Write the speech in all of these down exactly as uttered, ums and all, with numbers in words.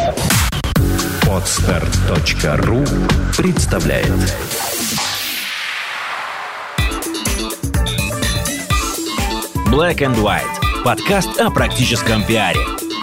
Podstart точка ру представляет. Black and White. Подкаст о практическом пиаре.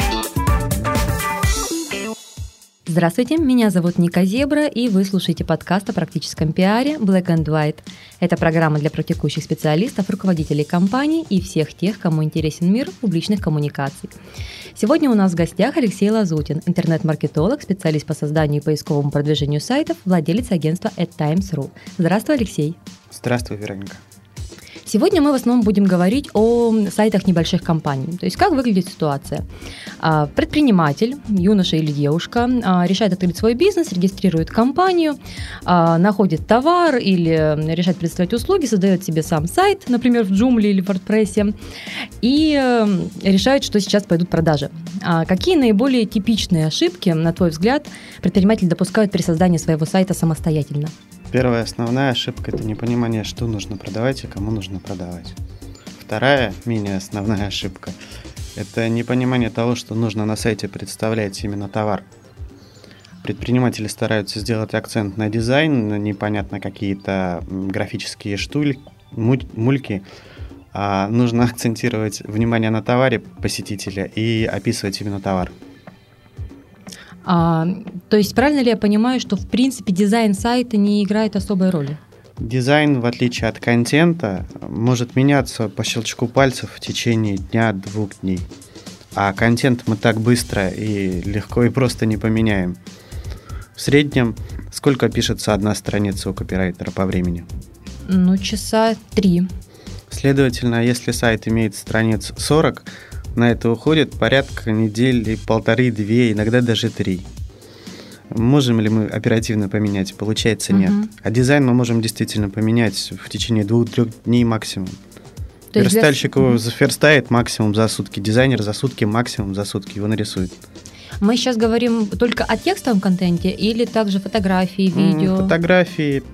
Здравствуйте, меня зовут Ника Зебра, и вы слушаете подкаст о практическом пиаре Black and White. Это программа для практикующих специалистов, руководителей компаний и всех тех, кому интересен мир публичных коммуникаций. Сегодня у нас в гостях Алексей Лазутин, интернет-маркетолог, специалист по созданию и поисковому продвижению сайтов, владелец агентства AdTimes точка ру. Здравствуй, Алексей. Здравствуй, Вероника. Сегодня мы в основном будем говорить о сайтах небольших компаний. То есть как выглядит ситуация. Предприниматель, юноша или девушка, решает открыть свой бизнес, регистрирует компанию, находит товар или решает предоставлять услуги, создает себе сам сайт, например, в Joomla или в WordPress, и решает, что сейчас пойдут продажи. Какие наиболее типичные ошибки, на твой взгляд, предприниматели допускают при создании своего сайта самостоятельно? Первая основная ошибка – это непонимание, что нужно продавать и кому нужно продавать. Вторая, менее основная ошибка – это непонимание того, что нужно на сайте представлять именно товар. Предприниматели стараются сделать акцент на дизайн, на непонятно какие-то графические штуль, мульки, а нужно акцентировать внимание на товаре посетителя и описывать именно товар. А, то есть правильно ли я понимаю, что в принципе дизайн сайта не играет особой роли? Дизайн, в отличие от контента, может меняться по щелчку пальцев в течение дня-двух дней. А контент мы так быстро и легко и просто не поменяем. В среднем сколько пишется одна страница у копирайтера по времени? Ну, часа три. Следовательно, если сайт имеет страниц сорок, на это уходит порядка недели, полторы-две, иногда даже три. Можем ли мы оперативно поменять? Получается, нет. Uh-huh. А дизайн мы можем действительно поменять в течение двух-трех дней максимум. То Верстальщик для... его заферстает максимум за сутки, дизайнер за сутки максимум за сутки его нарисует. Мы сейчас говорим только о текстовом контенте или также фотографии, видео? Фотографии...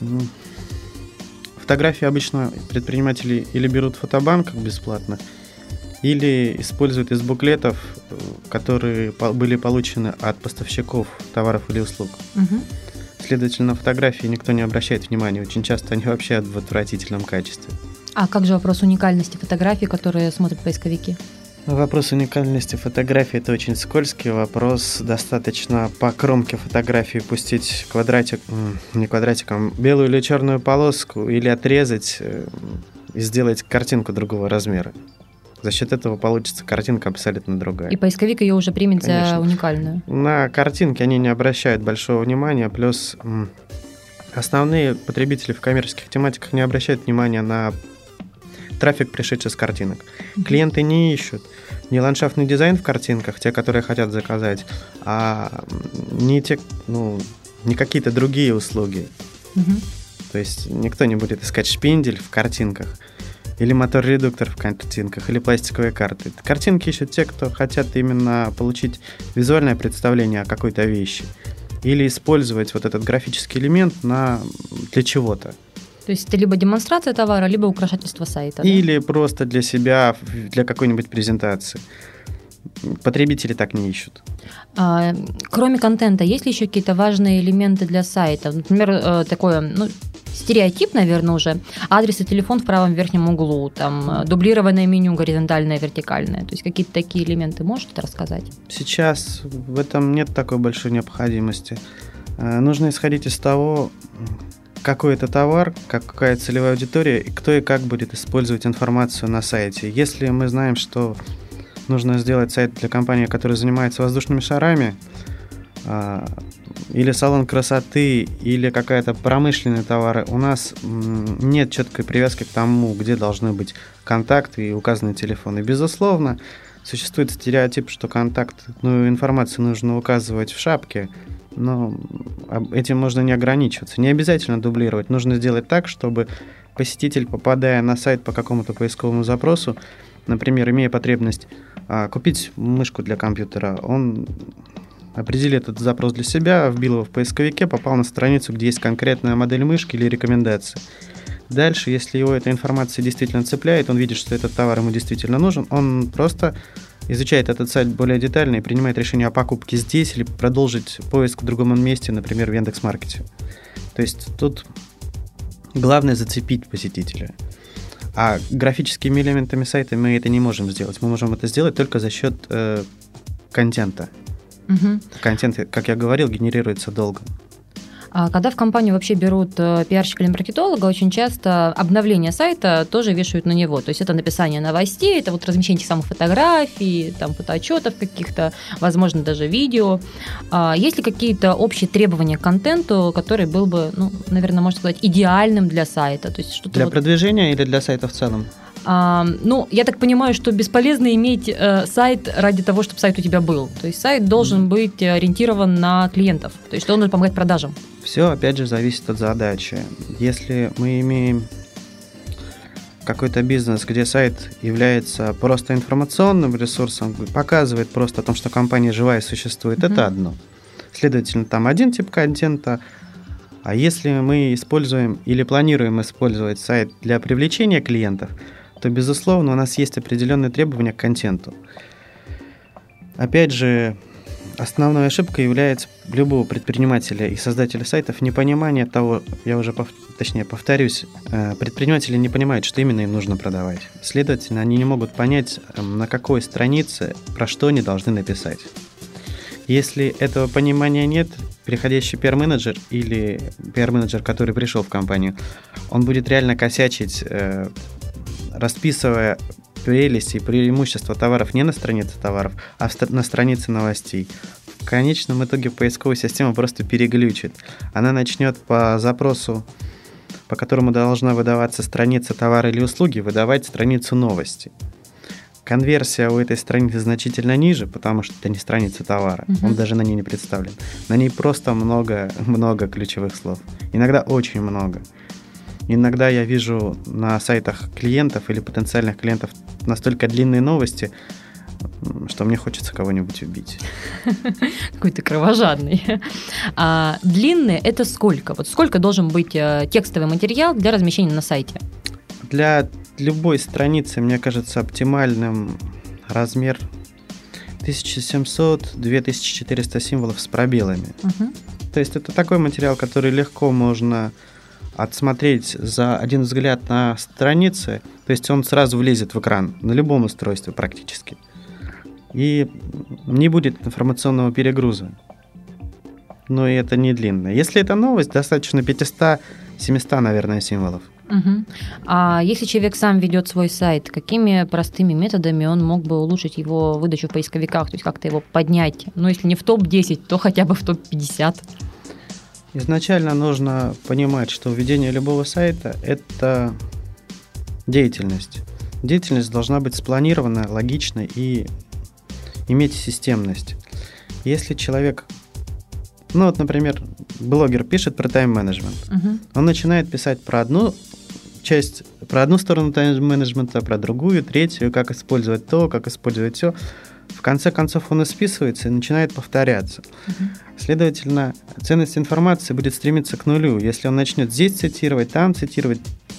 Фотографии обычно предприниматели или берут фотобанк бесплатно, или используют из буклетов, которые были получены от поставщиков товаров или услуг. Угу. Следовательно, на фотографии никто не обращает внимания. Очень часто они вообще в отвратительном качестве. А как же вопрос уникальности фотографий, которые смотрят поисковики? Вопрос уникальности фотографии – это очень скользкий вопрос. Достаточно по кромке фотографии пустить квадратик, не квадратиком, белую или черную полоску, или отрезать и сделать картинку другого размера. За счет этого получится картинка абсолютно другая. И поисковик ее уже примет Конечно. За уникальную. На картинки они не обращают большого внимания, плюс основные потребители в коммерческих тематиках не обращают внимания на трафик, пришедший с картинок. Mm-hmm. Клиенты не ищут не ландшафтный дизайн в картинках, те, которые хотят заказать, а не, те, ну, не какие-то другие услуги. Mm-hmm. То есть никто не будет искать шпиндель в картинках, или мотор-редуктор в картинках, или пластиковые карты. Картинки ищут те, кто хотят именно получить визуальное представление о какой-то вещи, или использовать вот этот графический элемент на... для чего-то. То есть это либо демонстрация товара, либо украшательство сайта. Или да? просто для себя, для какой-нибудь презентации. Потребители так не ищут. А, кроме контента, есть ли еще какие-то важные элементы для сайта? Например, такое, ну, стереотип, наверное, уже. Адрес и телефон в правом верхнем углу, там, дублированное меню, горизонтальное, вертикальное. То есть какие-то такие элементы можете рассказать? Сейчас в этом нет такой большой необходимости. Нужно исходить из того, какой это товар, какая целевая аудитория, и кто и как будет использовать информацию на сайте. Если мы знаем, что нужно сделать сайт для компании, которая занимается воздушными шарами, или салон красоты, или какая-то промышленные товары, у нас нет четкой привязки к тому, где должны быть контакты и указанные телефоны. Безусловно, существует стереотип, что контактную информацию нужно указывать в шапке, но этим можно не ограничиваться. Не обязательно дублировать. Нужно сделать так, чтобы посетитель, попадая на сайт по какому-то поисковому запросу, например, имея потребность а, купить мышку для компьютера, он определил этот запрос для себя, вбил его в поисковике, попал на страницу, где есть конкретная модель мышки или рекомендация. Дальше, если его эта информация действительно цепляет, он видит, что этот товар ему действительно нужен, он просто изучает этот сайт более детально и принимает решение о покупке здесь или продолжить поиск в другом месте, например, в Яндекс.Маркете. То есть тут главное зацепить посетителя. А графическими элементами сайта мы это не можем сделать. Мы можем это сделать только за счет э, контента. Угу. Контент, как я говорил, генерируется долго. А когда в компанию вообще берут пиарщика или маркетолога, очень часто обновление сайта тоже вешают на него. То есть это написание новостей, это вот размещение тех самых фотографий, там, фотоотчетов каких-то, возможно, даже видео. А есть ли какие-то общие требования к контенту, который был бы, ну, наверное, можно сказать, идеальным для сайта? То есть что-то для вот... продвижения или для сайта в целом? А, ну, я так понимаю, что бесполезно иметь э, сайт ради того, чтобы сайт у тебя был. То есть сайт должен быть ориентирован на клиентов, то есть он должен помогать продажам. Все, опять же, зависит от задачи. Если мы имеем какой-то бизнес, где сайт является просто информационным ресурсом, показывает просто о том, что компания живая существует, mm-hmm. это одно. Следовательно, там один тип контента. А если мы используем или планируем использовать сайт для привлечения клиентов, то, безусловно, у нас есть определенные требования к контенту. Опять же, основной ошибкой является любого предпринимателя и создателя сайтов непонимание того, я уже, пов... точнее, повторюсь, предприниматели не понимают, что именно им нужно продавать. Следовательно, они не могут понять, на какой странице, про что они должны написать. Если этого понимания нет, переходящий пиар-менеджер или пиар-менеджер, который пришел в компанию, он будет реально косячить, расписывая прелести и преимущества товаров не на странице товаров, а на странице новостей. В конечном итоге поисковая система просто переглючит. Она начнет по запросу, по которому должна выдаваться страница товара или услуги, выдавать страницу новости. Конверсия у этой страницы значительно ниже, потому что это не страница товара, uh-huh. он даже на ней не представлен. На ней просто много-много ключевых слов. Иногда очень много. Иногда я вижу на сайтах клиентов или потенциальных клиентов настолько длинные новости, что мне хочется кого-нибудь убить. Какой ты кровожадный. А длинные – это сколько? Вот сколько должен быть текстовый материал для размещения на сайте? Для любой страницы, мне кажется, оптимальным размер тысяча семьсот - две тысячи четыреста символов с пробелами. Угу. То есть это такой материал, который легко можно отсмотреть за один взгляд на странице, то есть он сразу влезет в экран на любом устройстве практически. И не будет информационного перегруза. Но и это не длинно. Если это новость, достаточно пятьсот-семьсот, наверное, символов. Угу. А если человек сам ведет свой сайт, какими простыми методами он мог бы улучшить его выдачу в поисковиках, то есть как-то его поднять? Ну, если не в топ десять, то хотя бы в топ пятьдесят. Изначально нужно понимать, что введение любого сайта – это деятельность. Деятельность должна быть спланирована, логичной и иметь системность. Если человек, ну вот, например, блогер пишет про тайм-менеджмент, uh-huh. он начинает писать про одну часть, про одну сторону тайм-менеджмента, про другую, третью, как использовать то, как использовать все. В конце концов он исписывается и начинает повторяться. Uh-huh. Следовательно, ценность информации будет стремиться к нулю. Если он начнет здесь цитировать, там цитировать,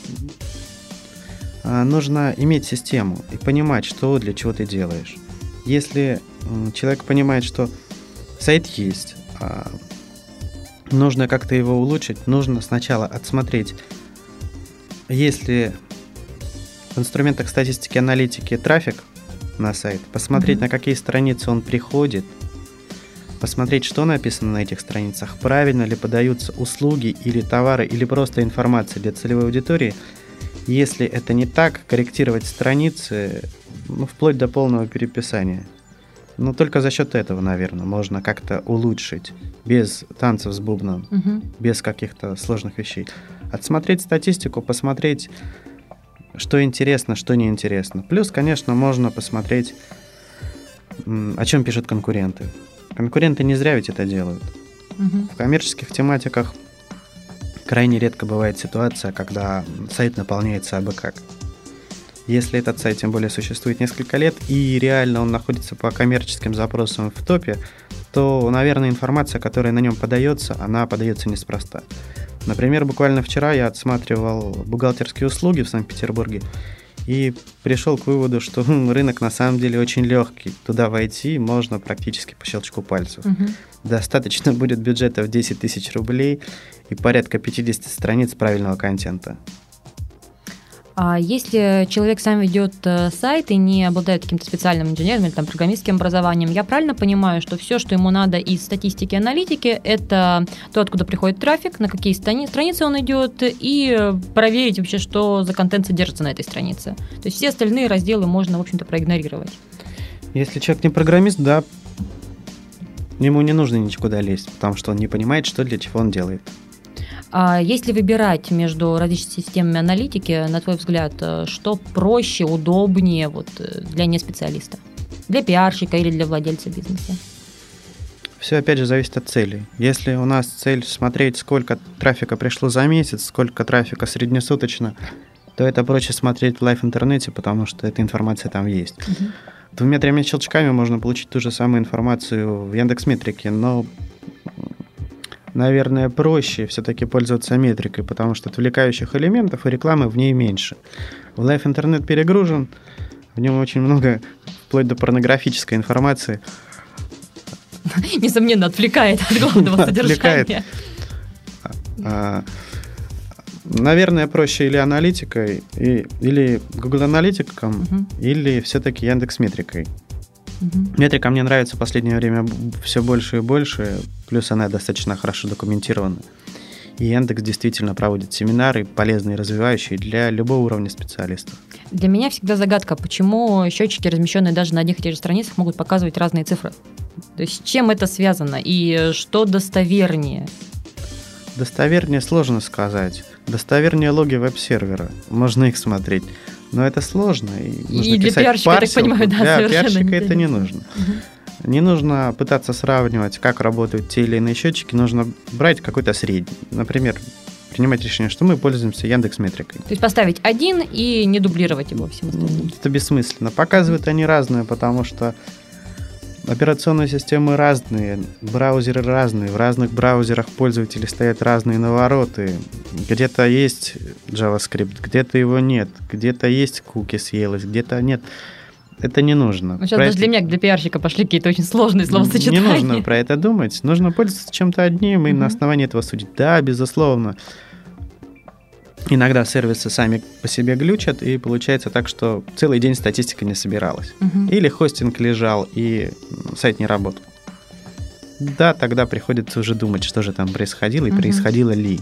нужно иметь систему и понимать, что для чего ты делаешь. Если человек понимает, что сайт есть, нужно как-то его улучшить, нужно сначала отсмотреть, есть ли в инструментах статистики, аналитики трафик на сайт, посмотреть, mm-hmm. на какие страницы он приходит, посмотреть, что написано на этих страницах, правильно ли подаются услуги или товары, или просто информация для целевой аудитории. Если это не так, корректировать страницы, ну, вплоть до полного переписания. Но только за счет этого, наверное, можно как-то улучшить, без танцев с бубном, угу. без каких-то сложных вещей. Отсмотреть статистику, посмотреть, что интересно, что неинтересно. Плюс, конечно, можно посмотреть, о чем пишут конкуренты. Конкуренты не зря ведь это делают. Угу. В коммерческих тематиках крайне редко бывает ситуация, когда сайт наполняется абы как. Если этот сайт, тем более, существует несколько лет, и реально он находится по коммерческим запросам в топе, то, наверное, информация, которая на нем подается, она подается неспроста. Например, буквально вчера я отсматривал бухгалтерские услуги в Санкт-Петербурге, и пришел к выводу, что хм, рынок на самом деле очень легкий. Туда войти можно практически по щелчку пальцев. Угу. Достаточно будет бюджета в десять тысяч рублей и порядка пятьдесят страниц правильного контента. А если человек сам ведет сайт и не обладает каким-то специальным инженерным или там, программистским образованием, я правильно понимаю, что все, что ему надо из статистики и аналитики, это то, откуда приходит трафик, на какие страни- страницы он идет, и проверить вообще, что за контент содержится на этой странице. То есть все остальные разделы можно, в общем-то, проигнорировать. Если человек не программист, да, ему не нужно никуда лезть, потому что он не понимает, что для чего он делает. А если выбирать между различными системами аналитики, на твой взгляд, что проще, удобнее вот для неспециалиста? Для пиарщика или для владельца бизнеса? Все, опять же, зависит от цели. Если у нас цель смотреть, сколько трафика пришло за месяц, сколько трафика среднесуточно, то это проще смотреть в лайв-интернете, потому что эта информация там есть. Угу. Двумя-тремя щелчками можно получить ту же самую информацию в Яндекс.Метрике, но... наверное, проще все-таки пользоваться метрикой, потому что отвлекающих элементов и рекламы в ней меньше. В лайв-интернет перегружен, в нем очень много, вплоть до порнографической информации. Несомненно, отвлекает от главного содержания. Наверное, проще или аналитикой, или Google аналитиком, или все-таки Яндекс.Метрикой. Угу. Метрика мне нравится в последнее время все больше и больше, плюс она достаточно хорошо документирована. И Яндекс действительно проводит семинары полезные, развивающие для любого уровня специалистов. Для меня всегда загадка, почему счетчики, размещенные даже на одних и тех же страницах, могут показывать разные цифры. То есть с чем это связано и что достовернее? Достовернее сложно сказать. Достовернее логи веб-сервера. Можно их смотреть. Но это сложно. И, и для пиарщика, я так понимаю, да, для пиарщика это не нужно. Угу. Не нужно пытаться сравнивать, как работают те или иные счетчики. Нужно брать какой-то средний. Например, принимать решение, что мы пользуемся Яндекс.Метрикой. То есть поставить один и не дублировать его всем остальным. Это бессмысленно. Показывают они разные, потому что операционные системы разные, браузеры разные, в разных браузерах пользователей стоят разные навороты. Где-то есть JavaScript, где-то его нет, где-то есть куки съелось, где-то нет. Это не нужно. Ну, сейчас даже для меня, для пиарщика пошли какие-то очень сложные словосочетания. Не нужно про это думать, нужно пользоваться чем-то одним и угу. на основании этого судить. Да, безусловно. Иногда сервисы сами по себе глючат, и получается так, что целый день статистика не собиралась. Угу. Или хостинг лежал, и сайт не работал. Да, тогда приходится уже думать, что же там происходило, и угу. происходило ли.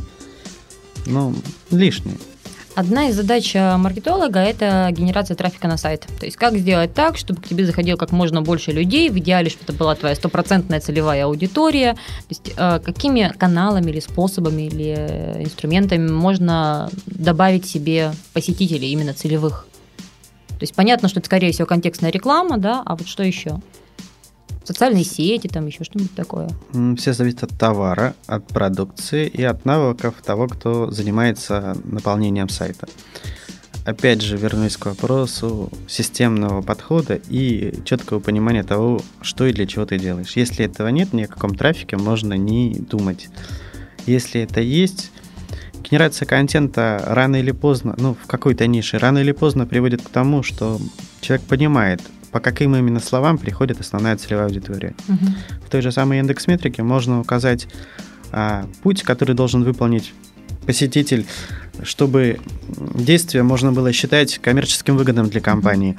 Ну, лишнее. Одна из задач маркетолога – это генерация трафика на сайт. То есть как сделать так, чтобы к тебе заходило как можно больше людей, в идеале, чтобы это была твоя стопроцентная целевая аудитория. То есть какими каналами или способами или инструментами можно добавить себе посетителей именно целевых? То есть понятно, что это, скорее всего, контекстная реклама, да, а вот что еще? Социальные сети, там еще что-нибудь такое? Все зависит от товара, от продукции и от навыков того, кто занимается наполнением сайта. Опять же, вернусь к вопросу системного подхода и четкого понимания того, что и для чего ты делаешь. Если этого нет, ни о каком трафике можно не думать. Если это есть, генерация контента рано или поздно, ну, в какой-то нише, рано или поздно приводит к тому, что человек понимает, по каким именно словам приходит основная целевая аудитория. Угу. В той же самой Яндекс.Метрике можно указать а, путь, который должен выполнить посетитель, чтобы действие можно было считать коммерческим выгодным для компании.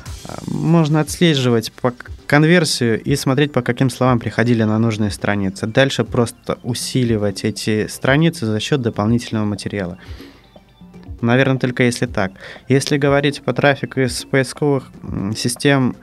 Можно отслеживать по конверсию и смотреть, по каким словам приходили на нужные страницы. Дальше просто усиливать эти страницы за счет дополнительного материала. Наверное, только если так. Если говорить по трафику из поисковых систем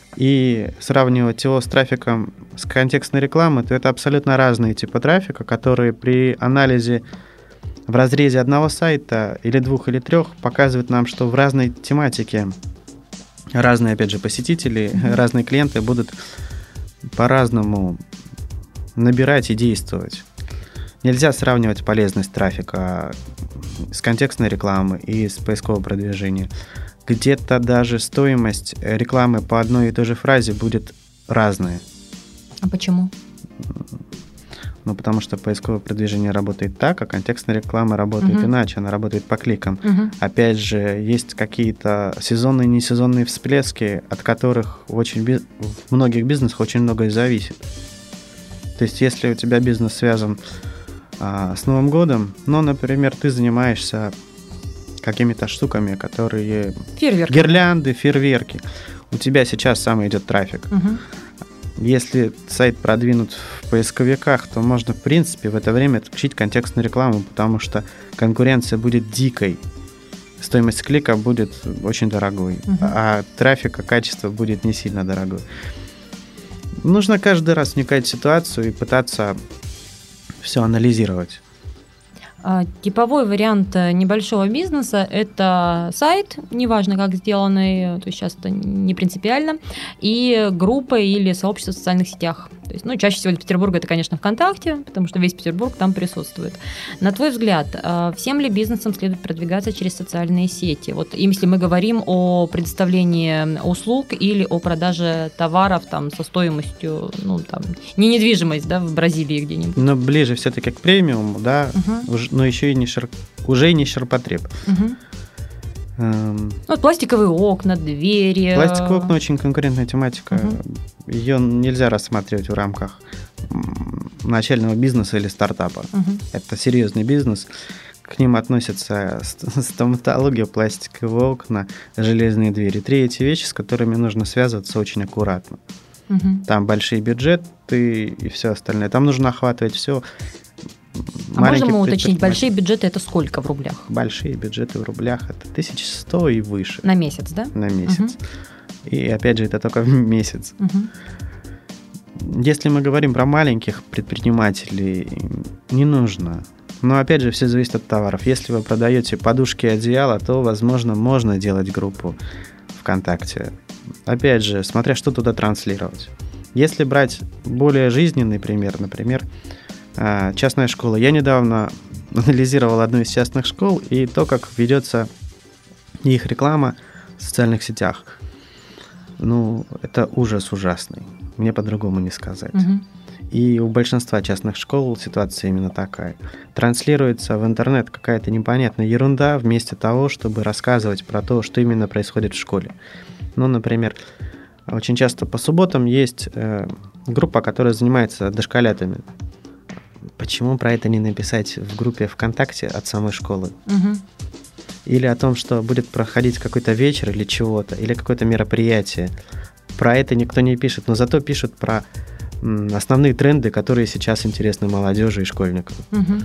и сравнивать его с трафиком с контекстной рекламы, то это абсолютно разные типы трафика, которые при анализе в разрезе одного сайта или двух или трех показывают нам, что в разной тематике разные, опять же, посетители, mm-hmm. разные клиенты будут по-разному набирать и действовать. Нельзя сравнивать полезность трафика с контекстной рекламы и с поискового продвижения. Где-то даже стоимость рекламы по одной и той же фразе будет разная. А почему? Ну, потому что поисковое продвижение работает так, а контекстная реклама работает Мгм. иначе, она работает по кликам. Мгм. Опять же, есть какие-то сезонные и несезонные всплески, от которых в, очень би- в многих бизнесах очень многое зависит. То есть, если у тебя бизнес связан а, с Новым годом, ну, например, ты занимаешься какими-то штуками, которые... Фейерверк. Гирлянды, фейерверки. У тебя сейчас самый идет трафик. Мгм. Если сайт продвинут в поисковиках, то можно, в принципе, в это время отключить контекстную рекламу, потому что конкуренция будет дикой. Стоимость клика будет очень дорогой, Мгм. а трафика, качество будет не сильно дорогой. Нужно каждый раз вникать в ситуацию и пытаться все анализировать. А, Типовой вариант э, небольшого бизнеса – это сайт, неважно как сделанный, то есть сейчас это не принципиально, и группа или сообщество в социальных сетях. То есть, ну, чаще всего для Петербурга это, конечно, ВКонтакте, потому что весь Петербург там присутствует. На твой взгляд, э, всем ли бизнесам следует продвигаться через социальные сети? Вот если мы говорим о предоставлении услуг или о продаже товаров там, со стоимостью, ну, там, не недвижимость, да, в Бразилии где-нибудь. Но ближе все-таки к премиуму, да, Мгм. уж- но еще и не шир... уже и не ширпотреб. Мгм. Эм, Ну, вот пластиковые окна, двери. Пластиковые окна очень конкурентная тематика. Мгм. Ее нельзя рассматривать в рамках м, начального бизнеса или стартапа. Мгм. Это серьезный бизнес. К ним относятся ст- стоматология, пластиковые окна, железные двери. Три эти вещи, с которыми нужно связываться очень аккуратно. Мгм. Там большие бюджеты и все остальное. Там нужно охватывать все. А можем мы уточнить, большие бюджеты это сколько в рублях? Большие бюджеты в рублях это тысяча сто и выше На месяц, да? на месяц. И опять же, это только в месяц. Мгм. Если мы говорим про маленьких предпринимателей, не нужно. Но опять же, все зависит от товаров. Если вы продаете подушки и одеяла, то, возможно, можно делать группу ВКонтакте. Опять же, смотря что туда транслировать. Если брать более жизненный пример, например, а, частная школа. Я недавно анализировал одну из частных школ и то, как ведется их реклама в социальных сетях. Ну, это ужас ужасный. Мне по-другому не сказать. Мгм. И у большинства частных школ ситуация именно такая. Транслируется в интернет какая-то непонятная ерунда вместо того, чтобы рассказывать про то, что именно происходит в школе. Ну, например, очень часто по субботам есть э, группа, которая занимается дошколятами. Почему про это не написать в группе ВКонтакте от самой школы? Мгм. Или о том, что будет проходить какой-то вечер или чего-то, или какое-то мероприятие. Про это никто не пишет, но зато пишут про м, основные тренды, которые сейчас интересны молодежи и школьникам. Мгм.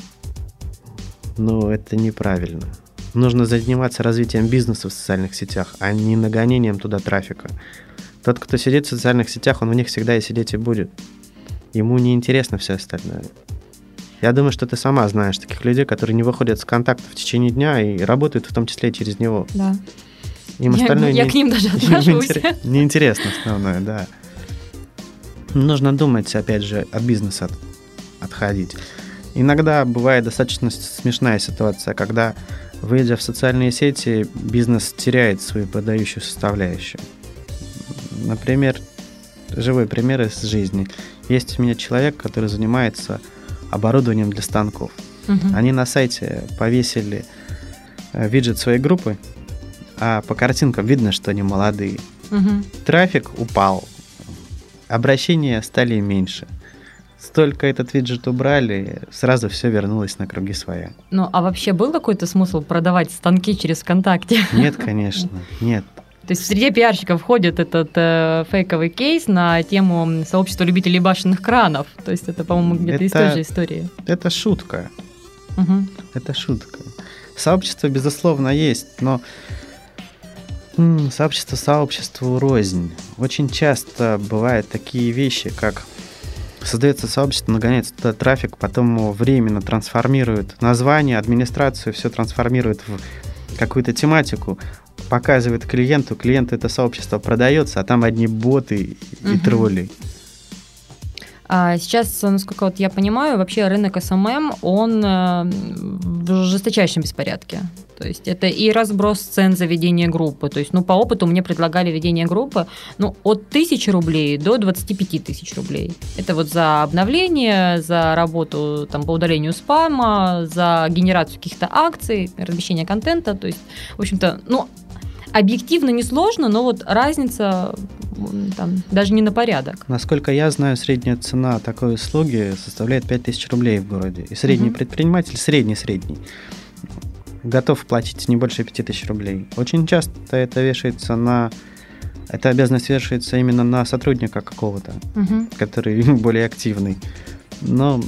Но это неправильно. Нужно заниматься развитием бизнеса в социальных сетях, а не нагонением туда трафика. Тот, кто сидит в социальных сетях, он в них всегда и сидеть и будет. Ему не интересно все остальное. Я думаю, что ты сама знаешь таких людей, которые не выходят с контакта в течение дня и работают в том числе и через него. Да. Им Я- остальное я не- к ним даже им отношусь. интерес- неинтересно основное, да. Нужно думать, опять же, от бизнеса от- отходить. Иногда бывает достаточно с- смешная ситуация, когда, выйдя в социальные сети, бизнес теряет свою продающую составляющую. Например, живой пример из жизни. Есть у меня человек, который занимается оборудованием для станков. Мгм. Они на сайте повесили э, виджет своей группы, а по картинкам видно, что они молодые. Мгм. Трафик упал, обращения стали меньше. Столько этот виджет убрали, сразу все вернулось на круги своя. Ну, а вообще был какой-то смысл продавать станки через ВКонтакте? Нет, конечно, нет. То есть в среде пиарщиков входит этот э, фейковый кейс на тему сообщества любителей башенных кранов. То есть это, по-моему, где-то из Это- той же истории. Это шутка, Мгм. это шутка. Сообщество, безусловно, есть, но м, сообщество сообществу рознь. Очень часто бывают такие вещи, как создается сообщество, нагоняется туда трафик, потом его временно трансформируют название, администрацию, все трансформирует в какую-то тематику, показывает клиенту, клиенту это сообщество продается, а там одни боты и Мгм. тролли. А сейчас, насколько вот я понимаю, вообще рынок эс эм эм, он в жесточайшем беспорядке. То есть это и разброс цен за ведение группы. То есть, ну, по опыту мне предлагали ведение группы ну, от тысячи рублей до двадцати пяти тысяч рублей. Это вот за обновление, за работу там, по удалению спама, за генерацию каких-то акций, размещение контента. То есть, в общем-то, ну, объективно несложно, но вот разница там, даже не на порядок. Насколько я знаю, средняя цена такой услуги составляет пять тысяч рублей в городе. И средний угу. предприниматель, средний-средний, готов платить не больше пяти тысяч рублей. Очень часто это вешается на... Эта обязанность вешается именно на сотрудника какого-то, угу. который более активный. Но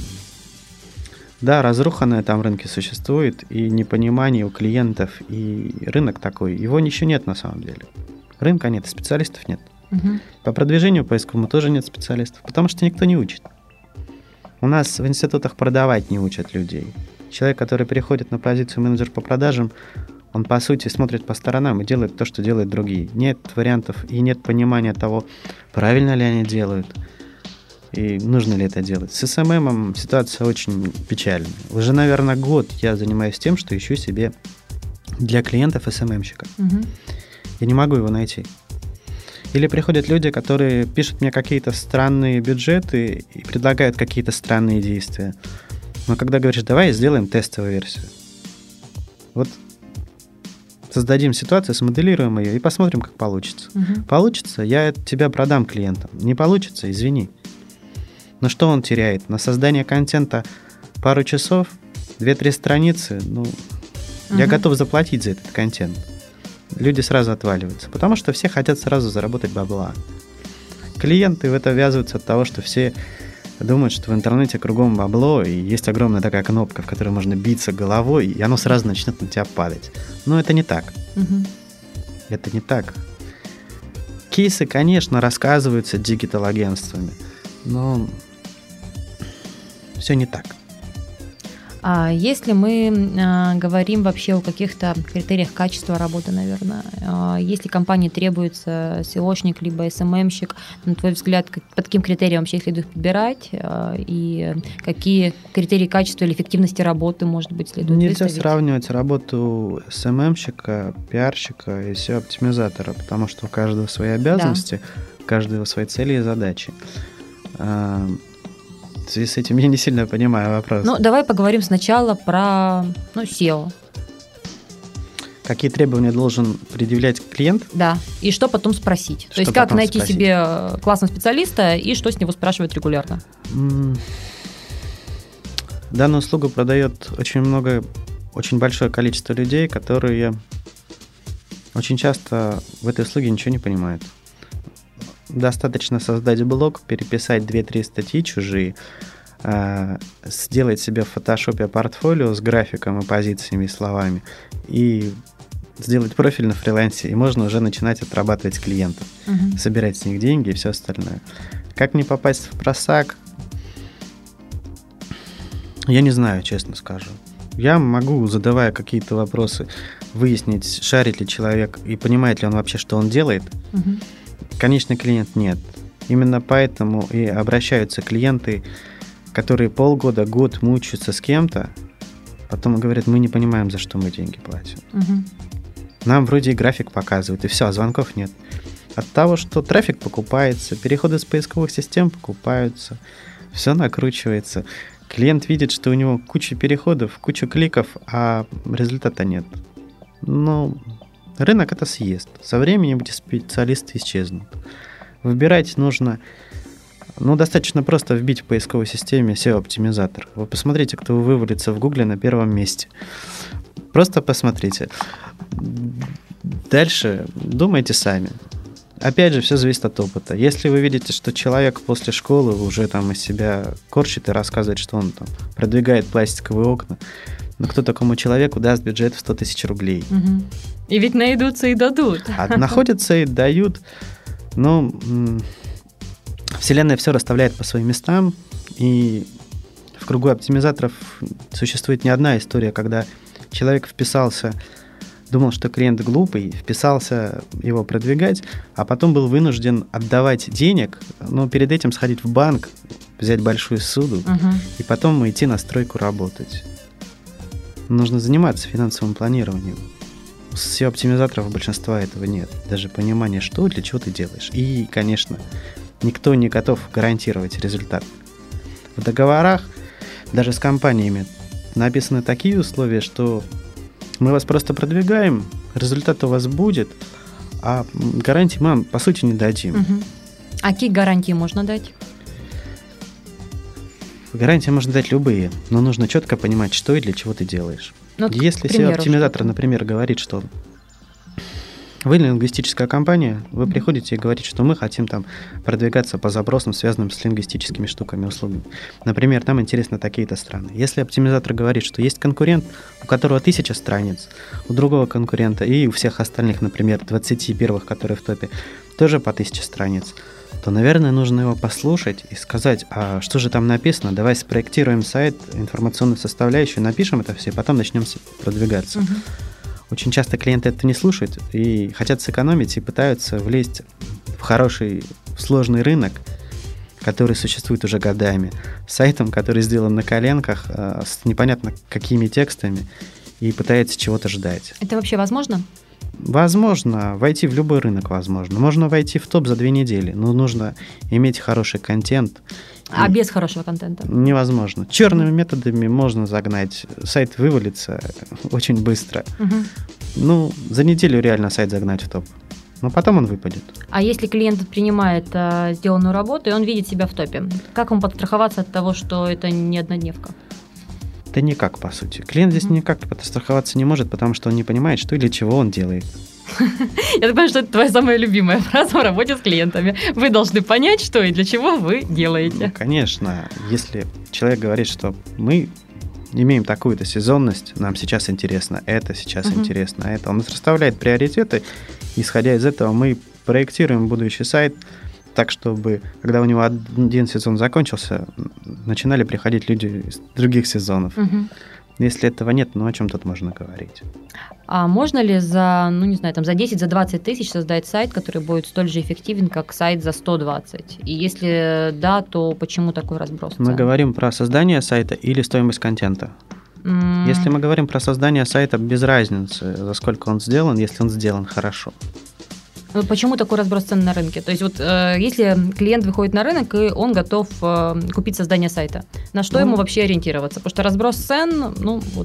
да, разруха на этом рынке существует, и непонимание у клиентов, и рынок такой. Его еще нет на самом деле. Рынка нет, специалистов нет. Угу. По продвижению поисковому тоже нет специалистов, потому что никто не учит. У нас в институтах продавать не учат людей. Человек, который переходит на позицию менеджер по продажам, он, по сути, смотрит по сторонам и делает то, что делают другие. Нет вариантов и нет понимания того, правильно ли они делают и нужно ли это делать. С эс эм эм ситуация очень печальная. Уже, наверное, год я занимаюсь тем, что ищу себе для клиентов эс эм эм-щика. Угу. Я не могу его найти. Или приходят люди, которые пишут мне какие-то странные бюджеты и предлагают какие-то странные действия. Но когда говоришь, давай сделаем тестовую версию. Вот создадим ситуацию, смоделируем ее и посмотрим, как получится. Угу. Получится, я тебя продам клиентам. Не получится, извини. Но что он теряет? На создание контента пару часов, две-три страницы, ну, угу. я готов заплатить за этот контент. Люди сразу отваливаются, потому что все хотят сразу заработать бабла. Клиенты в это ввязываются от того, что все думают, что в интернете кругом бабло, и есть огромная такая кнопка, в которой можно биться головой, и оно сразу начнет на тебя падать. Но это не так. Угу. Это не так. Кейсы, конечно, рассказываются диджитал-агентствами, но все не так. А если мы а, говорим вообще о каких-то критериях качества работы, наверное, а, если компании требуется сеошник либо эс эм эм-щик, на твой взгляд, как, по каким критериям вообще следует подбирать а, и какие критерии качества или эффективности работы, может быть, следует Нельзя выставить? сравнивать работу эс эм эм-щика, пиарщика и эс и о-оптимизатора, потому что у каждого свои обязанности, да. у каждого свои цели и задачи. В связи с этим я не сильно понимаю вопрос. Ну, давай поговорим сначала про ну, сео. Какие требования должен предъявлять клиент? Да, и что потом спросить. Что То есть как найти спросить? себе классного специалиста и что с него спрашивать регулярно? Данную услугу продает очень много, очень большое количество людей, которые очень часто в этой услуге ничего не понимают. Достаточно создать блог, переписать две-три статьи чужие, э, сделать себе в фотошопе портфолио с графиком и позициями и словами и сделать профиль на фрилансе, и можно уже начинать отрабатывать клиентов, угу. собирать с них деньги и все остальное. Как не попасть в просак? Я не знаю, честно скажу. Я могу, задавая какие-то вопросы, выяснить, шарит ли человек и понимает ли он вообще, что он делает. Угу. Конечный клиент нет. Именно поэтому и обращаются клиенты, которые полгода, год мучаются с кем-то, потом говорят, мы не понимаем, за что мы деньги платим. Угу. Нам вроде и график показывают, и все, а звонков нет. От того, что трафик покупается, переходы с поисковых систем покупаются, все накручивается. Клиент видит, что у него куча переходов, куча кликов, а результата нет. Ну... Рынок это съест. Со временем эти специалисты исчезнут. Выбирать нужно, ну, достаточно просто вбить в поисковой системе сео-оптимизатор. Вы посмотрите, кто вывалится в Гугле на первом месте. Просто посмотрите. Дальше думайте сами. Опять же, все зависит от опыта. Если вы видите, что человек после школы уже там из себя корчит и рассказывает, что он там продвигает пластиковые окна, но кто такому человеку даст бюджет в сто тысяч рублей? Угу. И ведь найдутся и дадут. А находятся и дают. Но Вселенная все расставляет по своим местам, и в кругу оптимизаторов существует не одна история, когда человек вписался, думал, что клиент глупый, вписался его продвигать, а потом был вынужден отдавать денег, но перед этим сходить в банк, взять большую суду Угу. и потом идти на стройку работать. Нужно заниматься финансовым планированием. У эс и о-оптимизаторов большинства этого нет. Даже понимания, что для чего ты делаешь. И, конечно, никто не готов гарантировать результат. В договорах, даже с компаниями, написаны такие условия, что мы вас просто продвигаем, результат у вас будет, а гарантии мы вам, по сути, не дадим. Угу. А какие гарантии можно дать? Гарантии можно дать любые, но нужно четко понимать, что и для чего ты делаешь. Ну, вот, Если к примеру, сео-оптимизатор, что-то. например, говорит, что вы лингвистическая компания, вы Мгм. приходите и говорите, что мы хотим там продвигаться по запросам, связанным с лингвистическими штуками, услугами. Например, нам интересны такие-то страны. Если оптимизатор говорит, что есть конкурент, у которого тысяча страниц, у другого конкурента и у всех остальных, например, двадцати первых, которые в топе, тоже по тысяче страниц, то, наверное, нужно его послушать и сказать, а что же там написано, давай спроектируем сайт, информационную составляющую, напишем это все, и потом начнем с- продвигаться. Мгм. Очень часто клиенты это не слушают и хотят сэкономить и пытаются влезть в хороший, в сложный рынок, который существует уже годами, с сайтом, который сделан на коленках, э, с непонятно какими текстами, и пытается чего-то ждать. Это вообще возможно? Возможно, войти в любой рынок возможно. Можно войти в топ за две недели, но нужно иметь хороший контент. А И без хорошего контента? невозможно. Черными методами можно загнать. Сайт вывалится очень быстро. Мгм. Ну, за неделю реально сайт загнать в топ. Но потом он выпадет. А если клиент принимает а, сделанную работу, и он видит себя в топе, как ему подстраховаться от того, что это не однодневка? Да никак, по сути. Клиент здесь Мгм. никак подстраховаться не может, потому что он не понимает, что и для чего он делает. Я так понимаю, что это твоя самая любимая фраза в работе с клиентами. Вы должны понять, что и для чего вы Ну, делаете. конечно, если человек говорит, что мы имеем такую-то сезонность, нам сейчас интересно это, сейчас Мгм. интересно это, он расставляет приоритеты, исходя из этого мы проектируем будущий сайт так, чтобы, когда у него один сезон закончился, начинали приходить люди из других сезонов. Мгм. Если этого нет, ну о чем тут можно говорить? А можно ли за, ну не знаю, там за десять, за двадцать тысяч создать сайт, который будет столь же эффективен, как сайт за сто двадцать? И если да, то почему такой разброс Мы цен? говорим про создание сайта или стоимость контента. М, Если мы говорим про создание сайта, без разницы, за сколько он сделан, если он сделан хорошо. ну, Почему такой разброс цен на рынке? То есть вот э, если клиент выходит на рынок, и он готов э, купить создание сайта, на что Ну. ему вообще ориентироваться? Потому что разброс цен, ну вот...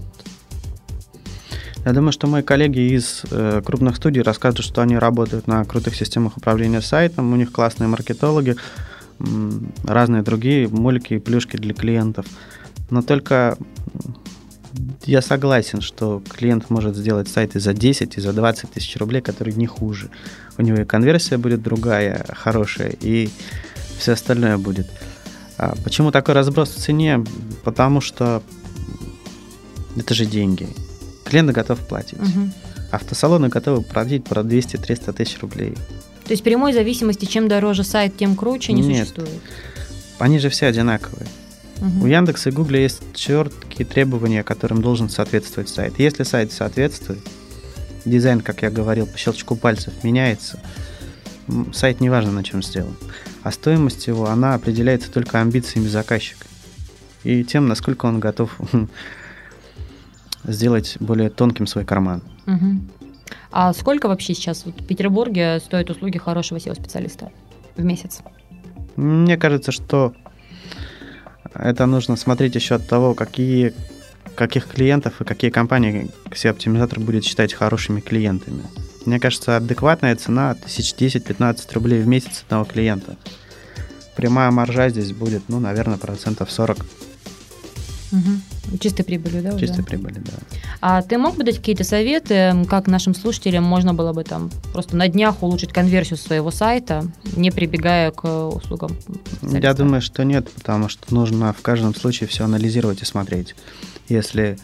Я думаю, что мои коллеги из э, крупных студий расскажут, что они работают на крутых системах управления сайтом, у них классные маркетологи, м, разные другие мульки и плюшки для клиентов. Но только м, я согласен, что клиент может сделать сайт и за десять, и за двадцать тысяч рублей, который не хуже. У него и конверсия будет другая, хорошая, и все остальное будет. А почему такой разброс в цене? Потому что это же деньги. Клиент готов платить. Мгм. Автосалоны готовы платить про двести-триста тысяч рублей. То есть прямой зависимости, чем дороже сайт, тем круче, не Нет. существует? Они же все одинаковые. Мгм. У Яндекса и Гугля есть четкие требования, которым должен соответствовать сайт. Если сайт соответствует, дизайн, как я говорил, по щелчку пальцев меняется, м, сайт неважно на чем сделан. А стоимость его, она определяется только амбициями заказчика и тем, насколько он готов сделать более тонким свой карман. Мгм. А сколько вообще сейчас вот в Петербурге стоят услуги хорошего сео-специалиста в месяц? Мне кажется, что это нужно смотреть еще от того, какие, каких клиентов и какие компании сео-оптимизатор будет считать хорошими клиентами. Мне кажется, адекватная цена тысяч десять-пятнадцать рублей в месяц одного клиента. Прямая маржа здесь будет, ну, наверное, процентов сорок Мгм. Чистой прибылью, да? уже? чистой прибыли, да. А ты мог бы дать какие-то советы, как нашим слушателям можно было бы там просто на днях улучшить конверсию своего сайта, не прибегая к услугам специалиста? Я думаю, что нет, потому что нужно в каждом случае все анализировать и смотреть. Если...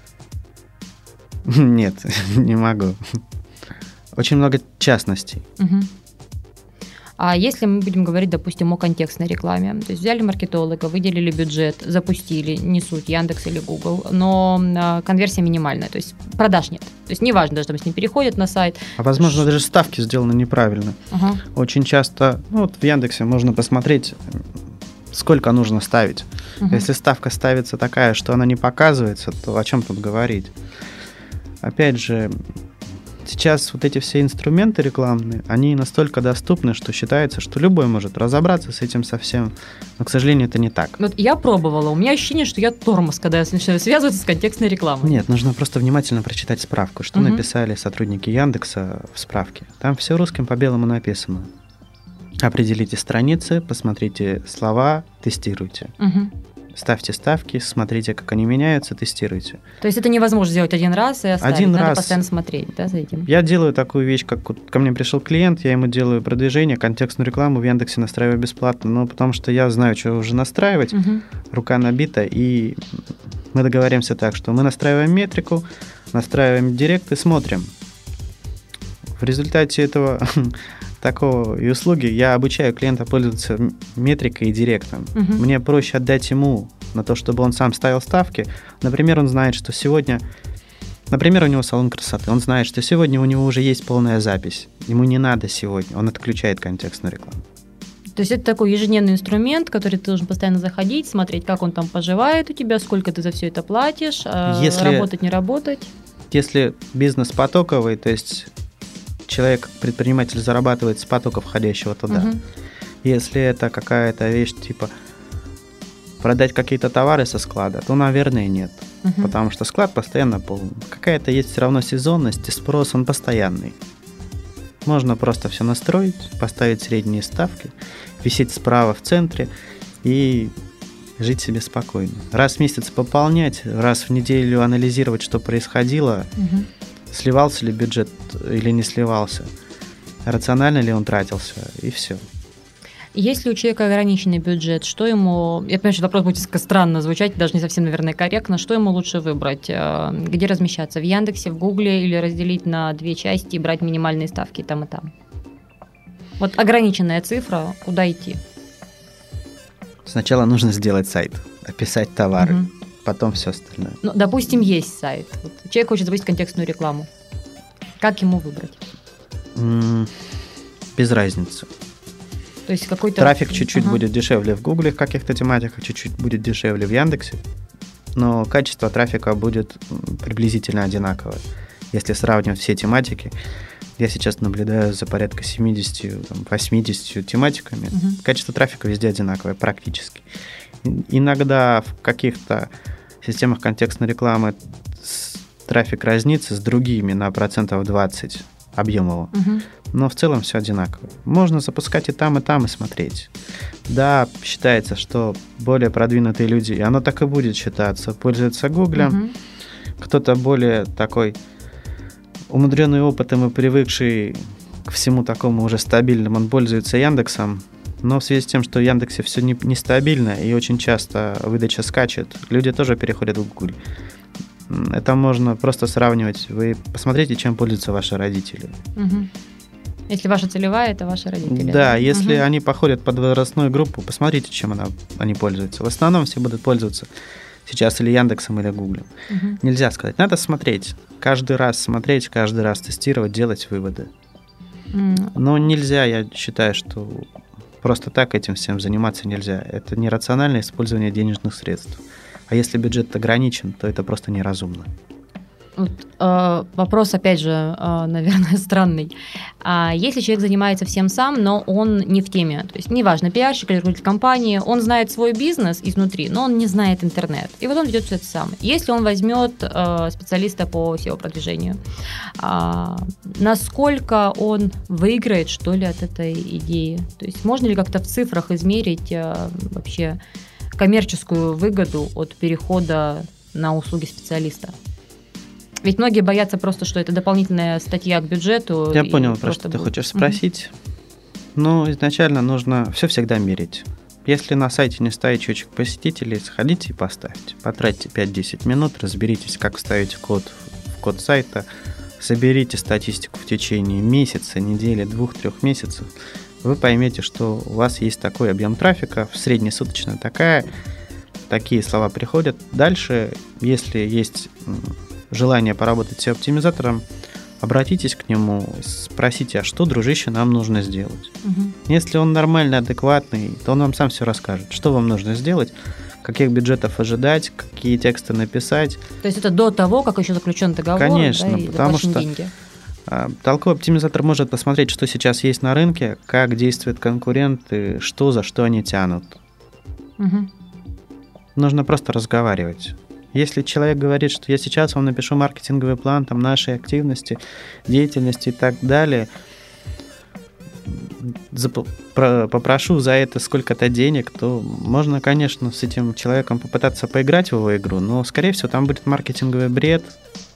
Нет, не могу. Очень много частностей. Мгм. А если мы будем говорить, допустим, о контекстной рекламе, то есть взяли маркетолога, выделили бюджет, запустили, не суть, Яндекс или Google, но а, конверсия минимальная, то есть продаж нет. То есть неважно, даже там с ним переходят на сайт. А возможно, даже ставки сделаны неправильно. Ага. Очень часто, ну вот в Яндексе можно посмотреть сколько нужно ставить. Угу. Если ставка ставится такая, что она не показывается, то о чем тут говорить? Опять же, сейчас вот эти все инструменты рекламные, они настолько доступны, что считается, что любой может разобраться с этим совсем. Но, к сожалению, это не так. Вот я пробовала, у меня ощущение, что я тормоз, когда я начинаю связываться с контекстной рекламой. Нет, нужно просто внимательно прочитать справку, что Угу. написали сотрудники Яндекса в справке. Там все русским по белому написано. Определите страницы, посмотрите слова, тестируйте. Угу. Ставьте ставки, смотрите, как они меняются, тестируйте. То есть это невозможно сделать один раз и оставить, Один надо раз. постоянно смотреть, да, за этим? Я делаю такую вещь, как вот ко мне пришел клиент, я ему делаю продвижение, контекстную рекламу в Яндексе настраиваю бесплатно, но потому что я знаю, что уже настраивать, Угу. рука набита, и мы договоримся так, что мы настраиваем метрику, настраиваем директ и смотрим. В результате этого такого и услуги я обучаю клиента пользоваться метрикой и директом. Угу. Мне проще отдать ему на то, чтобы он сам ставил ставки. Например, он знает, что сегодня... Например, у него салон красоты. Он знает, что сегодня у него уже есть полная запись. Ему не надо сегодня. Он отключает контекстную рекламу. То есть это такой ежедневный инструмент, который ты должен постоянно заходить, смотреть, как он там поживает у тебя, сколько ты за все это платишь, Если- работать, не работать. Если бизнес потоковый, то есть человек, предприниматель зарабатывает с потока входящего туда. Мгм. Если это какая-то вещь типа продать какие-то товары со склада, то, наверное, нет. Мгм. Потому что склад постоянно полон. Какая-то есть все равно сезонность, и спрос, он постоянный. Можно просто все настроить, поставить средние ставки, висеть справа в центре и жить себе спокойно. Раз в месяц пополнять, раз в неделю анализировать, что происходило, Мгм. сливался ли бюджет или не сливался, рационально ли он тратился, и все. Если у человека ограниченный бюджет, что ему... Я понимаю, что вопрос будет несколько странно звучать, даже не совсем, наверное, корректно. Что ему лучше выбрать? Э, Где размещаться? В Яндексе, в Гугле или разделить на две части и брать минимальные ставки и там и там? Вот ограниченная цифра, куда идти? Сначала нужно сделать сайт, описать товары, Мгм. потом все остальное. Ну, допустим, есть сайт. Вот человек хочет запустить контекстную рекламу. Как ему выбрать? М, Без разницы. То есть какой-то... Трафик чуть-чуть Ага. будет дешевле в Гугле в каких-то тематиках, чуть-чуть будет дешевле в Яндексе, но качество трафика будет м, приблизительно одинаковое. Если сравнивать все тематики, я сейчас наблюдаю за порядка семьдесят-восемьдесят тематиками, Мгм. качество трафика везде одинаковое практически. И- Иногда в каких-то системах контекстной рекламы с- трафик разнится с другими на процентов двадцать объемово. Мгм. Но в целом все одинаково. Можно запускать и там, и там, и смотреть. Да, считается, что более продвинутые люди, и оно так и будет считаться, пользуются Гуглем. Мгм. Кто-то более такой умудренный опытом и привыкший к всему такому уже стабильному, он пользуется Яндексом. Но в связи с тем, что в Яндексе все не- нестабильно и очень часто выдача скачет, люди тоже переходят в Google. Это можно просто сравнивать. Вы посмотрите, чем пользуются ваши родители. Мгм. Если ваша целевая, это ваши родители. Да, если Мгм. они походят под возрастную группу, посмотрите, чем она, они пользуются. В основном все будут пользоваться сейчас или Яндексом, или Гуглем. Мгм. Нельзя сказать. Надо смотреть. Каждый раз смотреть, каждый раз тестировать, делать выводы. М, Но нельзя, я считаю, что просто так этим всем заниматься нельзя. Это нерациональное использование денежных средств. А если бюджет ограничен, то это просто неразумно. Вот, э, вопрос, опять же, э, наверное, странный. А если человек занимается всем сам, но он не в теме, то есть неважно, пиарщик или руководитель компании, он знает свой бизнес изнутри, но он не знает интернет. И вот он ведет все это сам. Если он возьмет э, специалиста по сео-продвижению, а, насколько он выиграет, что ли, от этой идеи? То есть можно ли как-то в цифрах измерить э, вообще коммерческую выгоду от перехода на услуги специалиста? Ведь многие боятся просто, что это дополнительная статья к бюджету. Я и понял, про просто что ты будет. хочешь спросить. Ну, изначально нужно все всегда мерить. Если на сайте не стоит счетчик посетителей, сходите и поставьте. Потратьте пять-десять минут, разберитесь, как вставить код в код сайта, соберите статистику в течение месяца, недели, двух-трех месяцев. Вы поймете, что у вас есть такой объем трафика, среднесуточная такая, такие слова приходят. Дальше, если есть желание поработать с оптимизатором, обратитесь к нему, спросите, а что, дружище, нам нужно сделать. Угу. Если он нормальный, адекватный, то он вам сам все расскажет, что вам нужно сделать, каких бюджетов ожидать, какие тексты написать. То есть это до того, как еще заключен договор, Конечно, да, и потому что деньги. Толковый оптимизатор может посмотреть, что сейчас есть на рынке, как действуют конкуренты, что за что они тянут. Угу. Нужно просто разговаривать. Если человек говорит, что я сейчас вам напишу маркетинговый план там, нашей активности, деятельности и так далее, попрошу за это сколько-то денег, то можно, конечно, с этим человеком попытаться поиграть в его игру, но, скорее всего, там будет маркетинговый бред.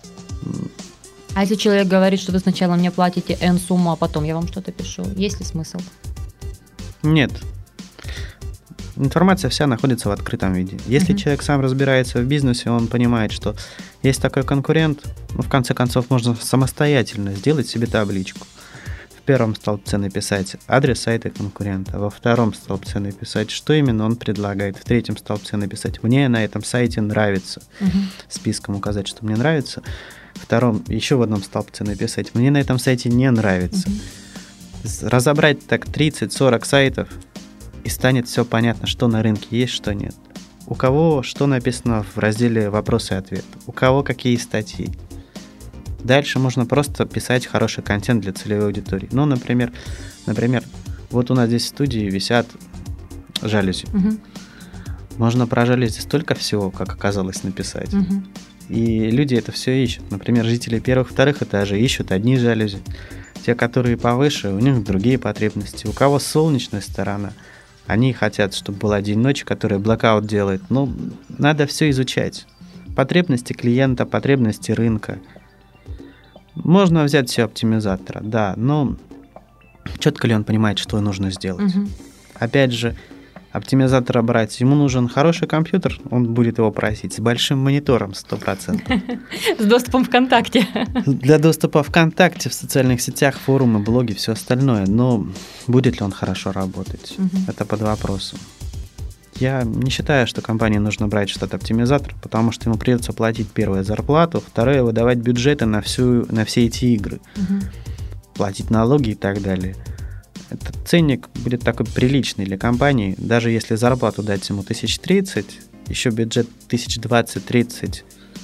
А если человек говорит, что вы сначала мне платите N сумму, а потом я вам что-то пишу, есть ли смысл? Нет. Информация вся находится в открытом виде. Если uh-huh. человек сам разбирается в бизнесе, он понимает, что есть такой конкурент, ну, в конце концов, можно самостоятельно сделать себе табличку. В первом столбце написать адрес сайта конкурента, во втором столбце написать, что именно он предлагает, в третьем столбце написать «мне на этом сайте нравится», uh-huh. списком указать, что мне нравится, в втором, еще в одном столбце написать «мне на этом сайте не нравится». Uh-huh. Разобрать так тридцать-сорок сайтов, и станет все понятно, что на рынке есть, что нет. У кого что написано в разделе «Вопросы и ответы», у кого какие статьи. Дальше можно просто писать хороший контент для целевой аудитории. Ну, например, например вот у нас здесь в студии висят жалюзи. Угу. Можно про жалюзи столько всего, как оказалось, написать. Угу. И люди это все ищут. Например, жители первых-вторых этажей ищут одни жалюзи. Те, которые повыше, у них другие потребности. У кого солнечная сторона, они хотят, чтобы была день-ночь, которая блокаут делает. Ну, надо все изучать. Потребности клиента, потребности рынка. Можно взять все оптимизатора, да, но четко ли он понимает, что нужно сделать? Угу. Опять же, оптимизатора брать, ему нужен хороший компьютер, он будет его просить, с большим монитором сто процентов. С доступом ВКонтакте. Для доступа ВКонтакте, в социальных сетях, форумы, блоги, все остальное. Но будет ли он хорошо работать? Угу. Это под вопросом. Я не считаю, что компании нужно брать штат оптимизатор, потому что ему придется платить первое зарплату, второе выдавать бюджеты на, всю, на все эти игры, угу. платить налоги и так далее. Этот ценник будет такой приличный для компании, даже если зарплату дать ему тысяч тридцать, еще бюджет тысяч двадцать-тридцать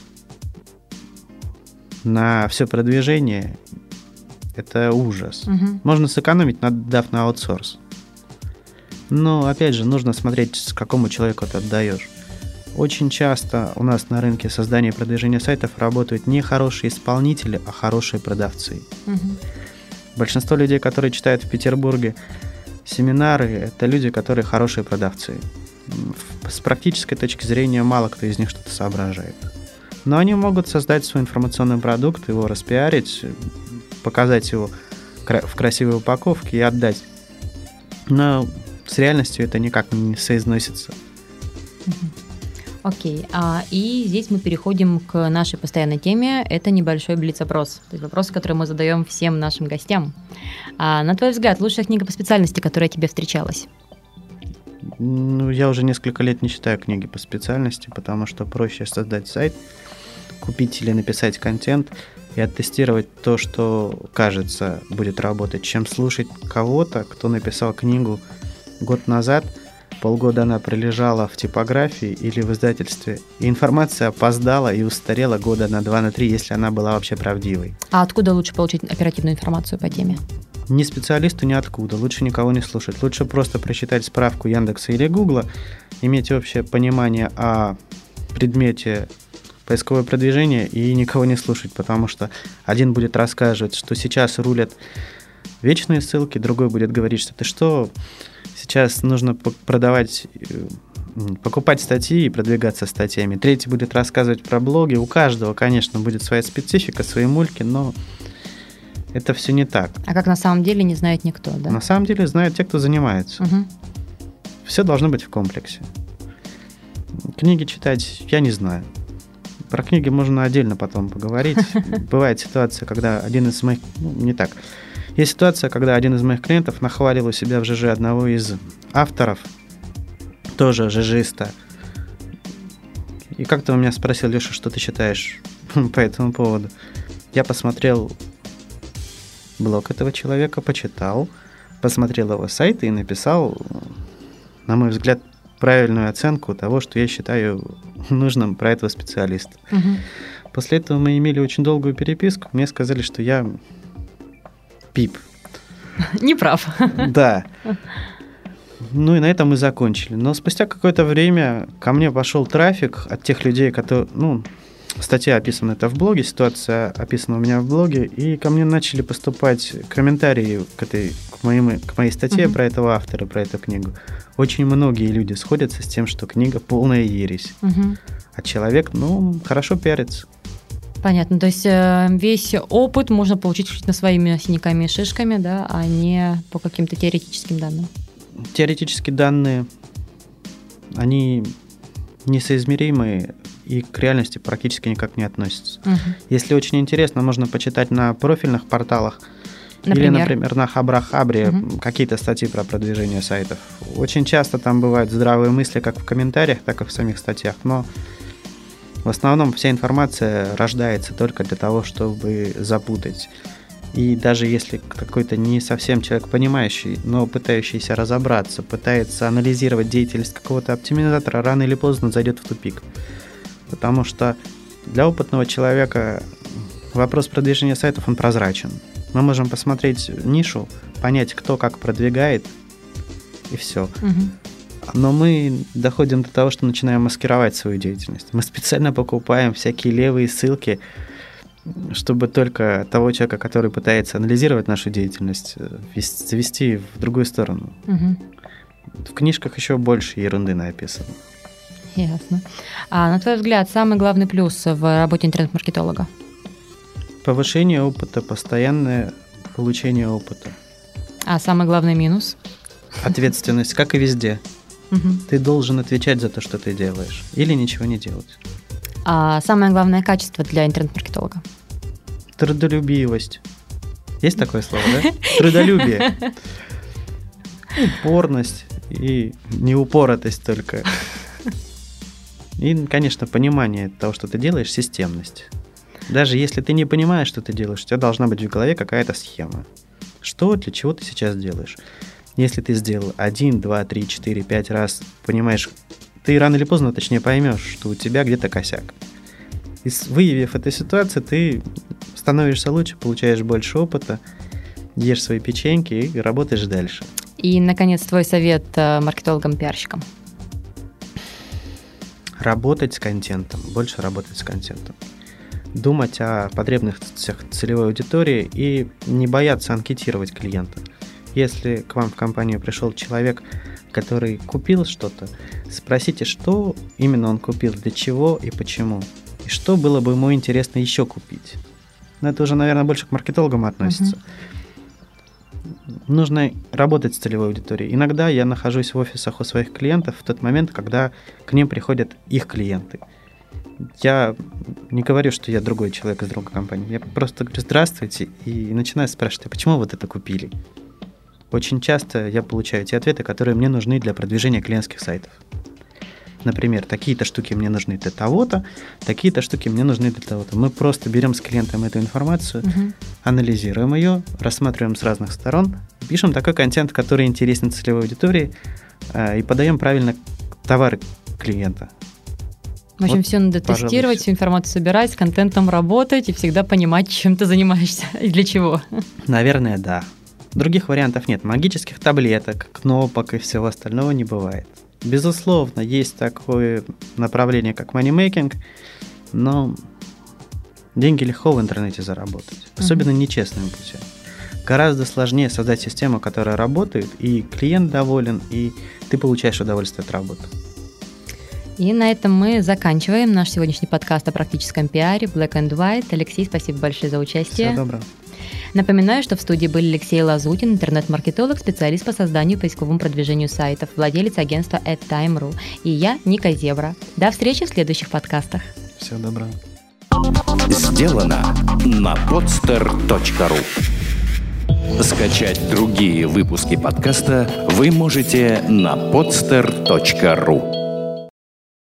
на все продвижение, это ужас. Угу. Можно сэкономить, дав на аутсорс. Но, опять же, нужно смотреть, с какому человеку ты отдаешь. Очень часто у нас на рынке создания и продвижения сайтов работают не хорошие исполнители, а хорошие продавцы. Угу. Большинство людей, которые читают в Петербурге семинары, это люди, которые хорошие продавцы. С практической точки зрения мало кто из них что-то соображает. Но они могут создать свой информационный продукт, его распиарить, показать его в красивой упаковке и отдать. Но с реальностью это никак не соизносится. Окей, okay. а, и здесь мы переходим к нашей постоянной теме. Это небольшой блиц-опрос. То есть вопросы, которые мы задаем всем нашим гостям. А, на твой взгляд, лучшая книга по специальности, которая тебе встречалась? Ну, я уже несколько лет не читаю книги по специальности, потому что проще создать сайт, купить или написать контент и оттестировать то, что, кажется, будет работать, чем слушать кого-то, кто написал книгу год назад, полгода она пролежала в типографии или в издательстве, и информация опоздала и устарела года на два, на три, если она была вообще правдивой. А откуда лучше получить оперативную информацию по теме? Ни специалисту, ниоткуда. Лучше никого не слушать. Лучше просто прочитать справку Яндекса или Гугла, иметь общее понимание о предмете поисковое продвижение и никого не слушать, потому что один будет рассказывать, что сейчас рулят вечные ссылки, другой будет говорить, что ты что, сейчас нужно продавать, покупать статьи и продвигаться статьями. Третий будет рассказывать про блоги. У каждого, конечно, будет своя специфика, свои мульки, но это все не так. А как на самом деле не знает никто, да? На самом деле знают те, кто занимается. Угу. Все должно быть в комплексе. Книги читать я не знаю. Про книги можно отдельно потом поговорить. Бывает ситуация, когда один из моих... Ну, не так. Есть ситуация, когда один из моих клиентов нахвалил у себя в ЖЖ одного из авторов, тоже жжиста. И как-то он меня спросил: Леша, что ты считаешь по этому поводу? Я посмотрел блог этого человека, почитал, посмотрел его сайт и написал, на мой взгляд, правильную оценку того, что я считаю нужным про этого специалиста. Угу. После этого мы имели очень долгую переписку. Мне сказали, что я пип. Не прав. Да. Ну и на этом мы закончили. Но спустя какое-то время ко мне пошел трафик от тех людей, которые... Ну, статья описана это в блоге, ситуация описана у меня в блоге, и ко мне начали поступать комментарии к, этой, к, моим, к моей статье uh-huh. про этого автора, про эту книгу. Очень многие люди сходятся с тем, что книга полная ересь. Uh-huh. А человек, ну, хорошо пиарится. Понятно. То есть весь опыт можно получить исключительно своими синяками и шишками, да, а не по каким-то теоретическим данным. Теоретические данные, они несоизмеримые и к реальности практически никак не относятся. Угу. Если очень интересно, можно почитать на профильных порталах, например? Или, например, на Хабра-Хабре угу. какие-то статьи про продвижение сайтов. Очень часто там бывают здравые мысли как в комментариях, так и в самих статьях, но в основном вся информация рождается только для того, чтобы запутать. И даже если какой-то не совсем человек понимающий, но пытающийся разобраться, пытается анализировать деятельность какого-то оптимизатора, рано или поздно зайдет в тупик. Потому что для опытного человека вопрос продвижения сайтов, он прозрачен. Мы можем посмотреть нишу, понять, кто как продвигает, и все. Угу. Но мы доходим до того, что начинаем маскировать свою деятельность. Мы специально покупаем всякие левые ссылки, чтобы только того человека, который пытается анализировать нашу деятельность, завести в другую сторону. Угу. В книжках еще больше ерунды написано. Ясно. А на твой взгляд, самый главный плюс в работе интернет-маркетолога? Повышение опыта, постоянное получение опыта. А самый главный минус? Ответственность, как и везде. Угу. Ты должен отвечать за то, что ты делаешь, или ничего не делать. А самое главное качество для интернет-маркетолога? Трудолюбивость. Есть такое слово, да? Трудолюбие. Упорность и неупоротость только. И, конечно, понимание того, что ты делаешь, системность. Даже если ты не понимаешь, что ты делаешь, у тебя должна быть в голове какая-то схема. Что, для чего ты сейчас делаешь? Если ты сделал один, два, три, четыре, пять раз, понимаешь, ты рано или поздно, точнее, поймешь, что у тебя где-то косяк. И выявив эту ситуацию, ты становишься лучше, получаешь больше опыта, ешь свои печеньки и работаешь дальше. И, наконец, твой совет маркетологам-пиарщикам? Работать с контентом, больше работать с контентом. Думать о потребностях целевой аудитории и не бояться анкетировать клиента. Если к вам в компанию пришел человек, который купил что-то, спросите, что именно он купил, для чего и почему. И что было бы ему интересно еще купить. Но это уже, наверное, больше к маркетологам относится. Uh-huh. Нужно работать с целевой аудиторией. Иногда я нахожусь в офисах у своих клиентов в тот момент, когда к ним приходят их клиенты. Я не говорю, что я другой человек из другой компании. Я просто говорю «здравствуйте» и начинаю спрашивать, а почему вот это купили? Очень часто я получаю те ответы, которые мне нужны для продвижения клиентских сайтов. Например, такие-то штуки мне нужны для того-то, такие-то штуки мне нужны для того-то. Мы просто берем с клиентом эту информацию, угу. анализируем ее, рассматриваем с разных сторон, пишем такой контент, который интересен целевой аудитории, и подаем правильно товары клиента. В общем, вот, все надо пожалуй, тестировать, всю информацию собирать, с контентом работать и всегда понимать, чем ты занимаешься и для чего. Наверное, да. Других вариантов нет. Магических таблеток, кнопок и всего остального не бывает. Безусловно, есть такое направление, как манимейкинг, но деньги легко в интернете заработать, особенно mm-hmm. нечестным путем. Гораздо сложнее создать систему, которая работает, и клиент доволен, и ты получаешь удовольствие от работы. И на этом мы заканчиваем наш сегодняшний подкаст о практическом пиаре Black and White. Алексей, спасибо большое за участие. Всего доброго. Напоминаю, что в студии были Алексей Лазутин, интернет-маркетолог, специалист по созданию и поисковому продвижению сайтов, владелец агентства AdTime точка ру, и я, Ника Зебра. До встречи в следующих подкастах. Всего доброго. Сделано на подстер точка ру. Скачать другие выпуски подкаста вы можете на подстер точка ру.